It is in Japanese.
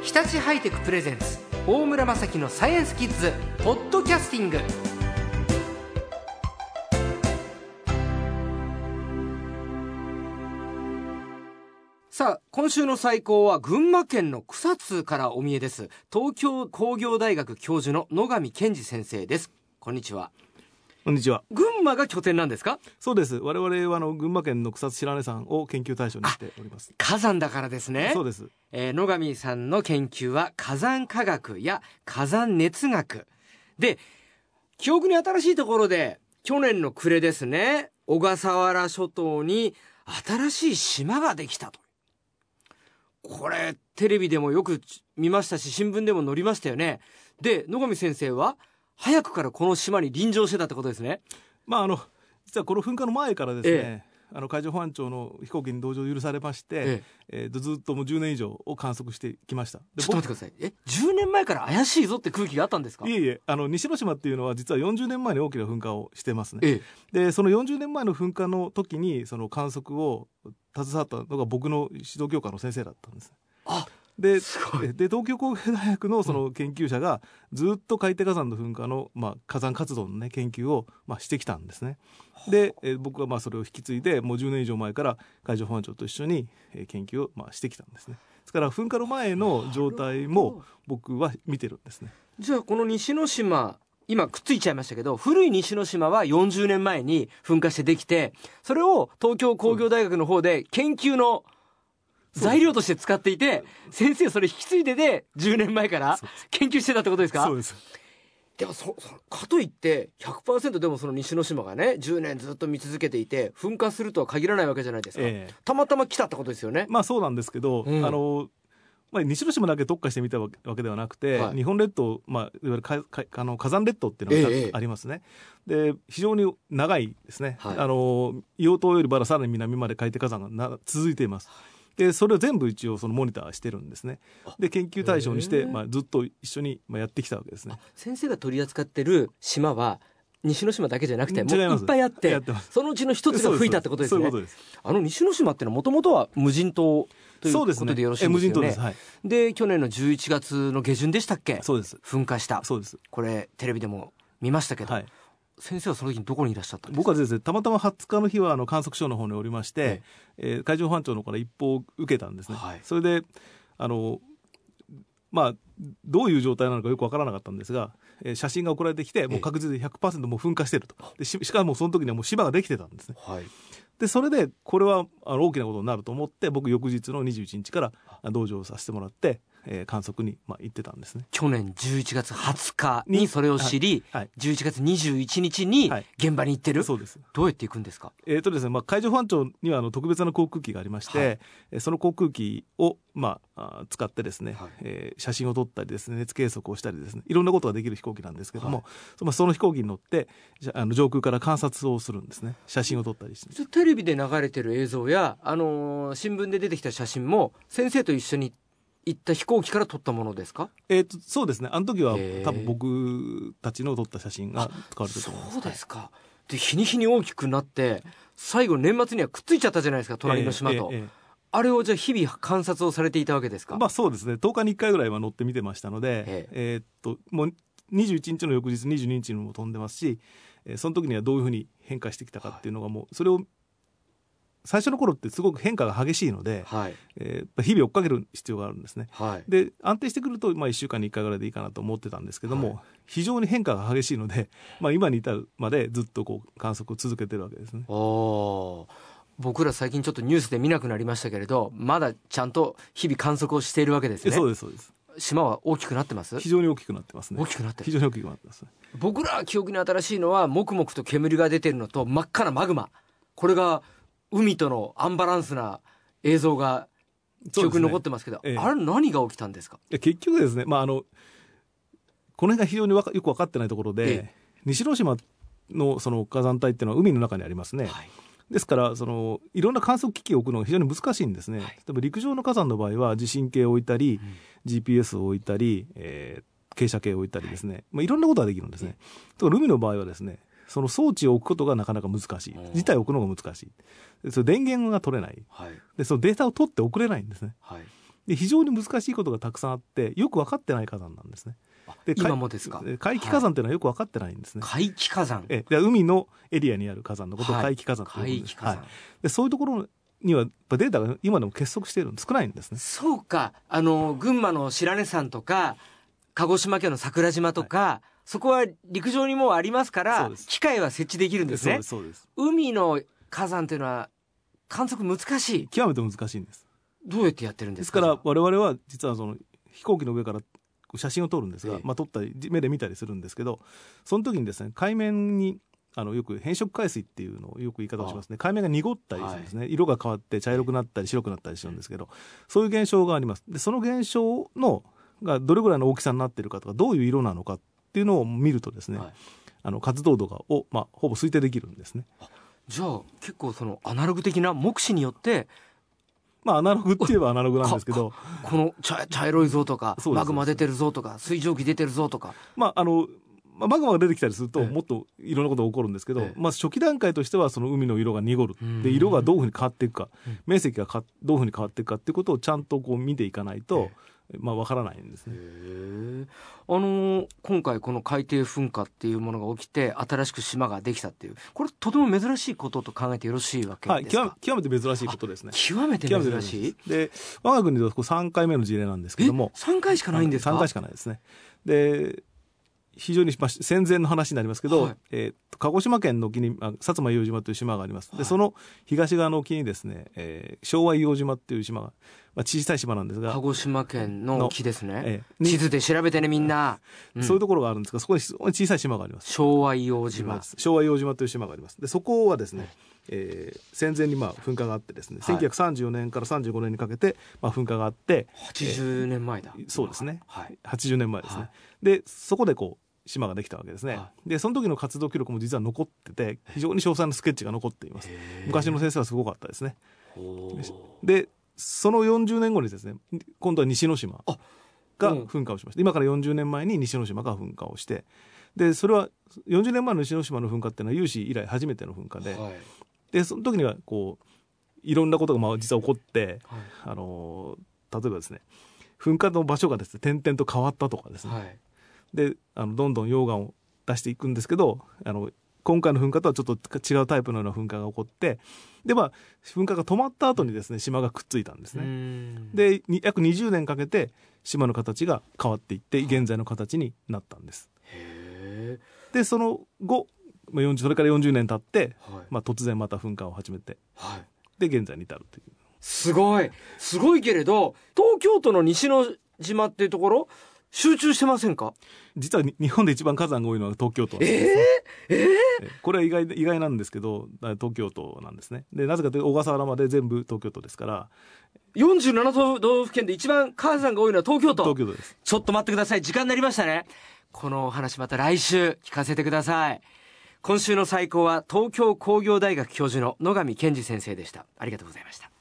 日立ハイテクプレゼンツ大村雅樹のサイエンスキッズポッドキャスティング。さあ、今週の最高は群馬県の草津からお見えです。東京工業大学教授の野上健二先生です。こんにちは。 こんにちは。 群馬が拠点なんですか？ そうです。我々は群馬県の草津白根山を研究対象にしております。 火山だからですね。 そうです。 野上さんの研究は火山科学や火山熱学で、記憶に新しいところで去年の暮れですね、小笠原諸島に新しい島ができたと。これテレビでもよく見ましたし、新聞でも載りましたよね。で、野上先生は早くからこの島に臨場してたってことですね。 実はこの噴火の前からですね、海上保安庁の飛行機に同乗許されまして、ずっともう10年以上を観測してきました。 ちょっと待ってください。10年前から怪しいぞって空気があったんですか？ いえいえ、西之島っていうのは実は40年前に大きな噴火をしてますね。で、その40年前の噴火の時にその観測を携わったのが僕の指導教科の先生だったんです。で東京工業大学のその研究者がずっと海底火山の噴火の、火山活動の、研究を、してきたんですね。で、僕はそれを引き継いでもう10年以上前から海上保安庁と一緒に、研究を、してきたんですね。ですから噴火の前の状態も僕は見てるんですね。 じゃあこの西之島、今くっついちゃいましたけど、古い西之島は40年前に噴火してできて、それを東京工業大学の方で研究の材料として使っていて、先生それ引き継いでで10年前から研究してたってことですか？ そうです。 でもかといって 100% でもその西之島がね10年ずっと見続けていて噴火するとは限らないわけじゃないですか。たまたま来たってことですよね。 そうなんですけど、西之島だけ特化してみたわけではなくて、日本列島、いわゆる火山列島っていうのがありますね。で、非常に長いですね。硫黄島よりさらに南まで海底火山が続いています。で、それを全部一応そのモニターしてるんですね。で、研究対象にして、ずっと一緒にやってきたわけですね。 先生が取り扱ってる島は西之島だけじゃなくてもういっぱいあって、そのうちの一つが吹いたってことですね。 そういうことです。 西之島ってのはもともとは無人島ということでよろしいんですよね。 無人島です。 で、去年の11月の下旬でしたっけ？ そうです。 噴火した。 そうです。 これテレビでも見ましたけど、先生はその時にどこにいらっしゃったんですか？ 僕はですね、たまたま20日の日は観測所の方におりまして、海上保安庁の方から一報を受けたんですね。それでどういう状態なのかよく分からなかったんですが、写真が送られてきて、もう確実に 100% もう噴火していると。で、しかもその時にはもう島ができてたんですね。で、それでこれは大きなことになると思って、僕翌日の21日から同乗させてもらって、観測に行ってたんですね。 去年11月20日にそれを知り、11月21日に現場に行ってる。 そうです。 どうやって行くんですか？ ですね、海上保安庁には特別な航空機がありまして、その航空機を使ってですね、写真を撮ったりですね、熱計測をしたりですね、いろんなことができる飛行機なんですけども、その飛行機に乗って上空から観察をするんですね。写真を撮ったりして。 テレビで流れてる映像や新聞で出てきた写真も先生と一緒に行った飛行機から撮ったものですか？ そうですね。あの時は多分僕たちの撮った写真が使われてると思います。 そうですか。で、日に日に大きくなって最後年末にはくっついちゃったじゃないですか、隣の島と。あれをじゃあ日々観察をされていたわけですか？ そうですね。10日に1回ぐらいは乗ってみてましたので、もう21日の翌日22日にも飛んでますし、その時にはどういうふうに変化してきたかっていうのがもうそれを最初の頃ってすごく変化が激しいので、日々追っかける必要があるんですね。で、安定してくると1週間に1回ぐらいでいいかなと思ってたんですけども、非常に変化が激しいので、今に至るまでずっと観測を続けてるわけですね。 僕ら最近ちょっとニュースで見なくなりましたけれど、まだちゃんと日々観測をしているわけですね。 そうです、そうです。 島は大きくなってます？ 非常に大きくなってますね。 大きくなってる。 非常に大きくなってます。 僕ら記憶に新しいのは、もくもくと煙が出てるのと真っ赤なマグマ。これが海とのアンバランスな映像が記憶に残ってますけど、あれ何が起きたんですか？ 結局ですね、この辺が非常によく分かってないところで、西之島のその火山帯っていうのは海の中にありますね。ですからいろんな観測機器を置くのが非常に難しいんですね。例えば陸上の火山の場合は地震計を置いたり、GPS を置いたり、傾斜計を置いたりですね、いろんなことができるんですね。ところが海の場合はですね、その装置を置くことがなかなか難しい。自体を置くのが難しい。それ電源が取れない。で、そのデータを取って送れないんですね。 で非常に難しいことがたくさんあってよく分かってない火山なんですね。 で今もですか。 海気火山というのはよく分かってないんですね。 海気火山。 で海のエリアにある火山のことを海気火山ということです。 海気火山。 でそういうところにはデータが今でも結束しているの少ないんですね。 そうか。群馬の白根山とか鹿児島県の桜島とか、そこは陸上にもありますから機械は設置できるんですね。 そうです。 海の火山というのは観測難しい。 極めて難しいんです。 どうやってやってるんですか。 ですから我々は実はその飛行機の上から写真を撮るんですが、撮ったり目で見たりするんですけど、その時にですね海面によく変色海水っていうのをよく言い方をしますね。海面が濁ったりするんですね、色が変わって茶色くなったり白くなったりするんですけど、そういう現象があります。でその現象がどれぐらいの大きさになっているかとかどういう色なのかっていうのを見るとですね、活動度を、ほぼ推定できるんですね。 じゃあ結構そのアナログ的な目視によってアナログって言えばアナログなんですけどこの茶色いぞとかマグマ出てるぞとか水蒸気出てるぞとかマグマが出てきたりするともっといろんなことが起こるんですけど、初期段階としてはその海の色が濁るで色がどういうふうに変わっていくか、面積がどういうふうに変わっていくかっていうことをちゃんとこう見ていかないとわからないんですね。 今回この海底噴火っていうものが起きて新しく島ができたっていう、これとても珍しいことと考えてよろしいわけですか。 極めて珍しいことですね。 極めて珍しい。 で我が国では3回目の事例なんですけども。 3回しかないんですか。 3回しかないですね。で非常に戦前の話になりますけど、鹿児島県の沖に薩摩硫黄島という島があります。でその東側の沖にですね、昭和硫黄島っていう島が、小さい島なんですが、 鹿児島県の沖ですね、地図で調べてねみんな、 そういうところがあるんですが、そこに非常に小さい島があります。 昭和硫黄島。 昭和硫黄島という島があります。でそこはですね、戦前に噴火があってですね、1934年から35年にかけて噴火があって、 80年前だ。 そうですね、80年前ですね。でそこで島ができたわけですね。でその時の活動記録も実は残ってて非常に詳細なスケッチが残っています。昔の先生はすごかったですね。でその40年後にですね今度は西之島が噴火をしました。今から40年前に西之島が噴火をして、でそれは40年前の西之島の噴火っていうのは有史以来初めての噴火で、でその時にはいろんなことが実は起こって、例えばですね噴火の場所がですね点々と変わったとかですね、でどんどん溶岩を出していくんですけど、今回の噴火とはちょっと違うタイプのような噴火が起こって、で噴火が止まった後にですね島がくっついたんですね。で約20年かけて島の形が変わっていって現在の形になったんです。でその後それから40年経って、突然また噴火を始めて、で現在に至るという。 すごいけれど東京都の西之島っていうところ集中してませんか。 実は日本で一番火山が多いのは東京都なんですね。これは意外なんですけど東京都なんですね。でなぜかというと小笠原まで全部東京都ですから、 47道府県で一番火山が多いのは東京都。 東京都です。 ちょっと待ってください、時間になりましたね。このお話また来週聞かせてください。今週の最高は東京工業大学教授の野上健二先生でした。ありがとうございました。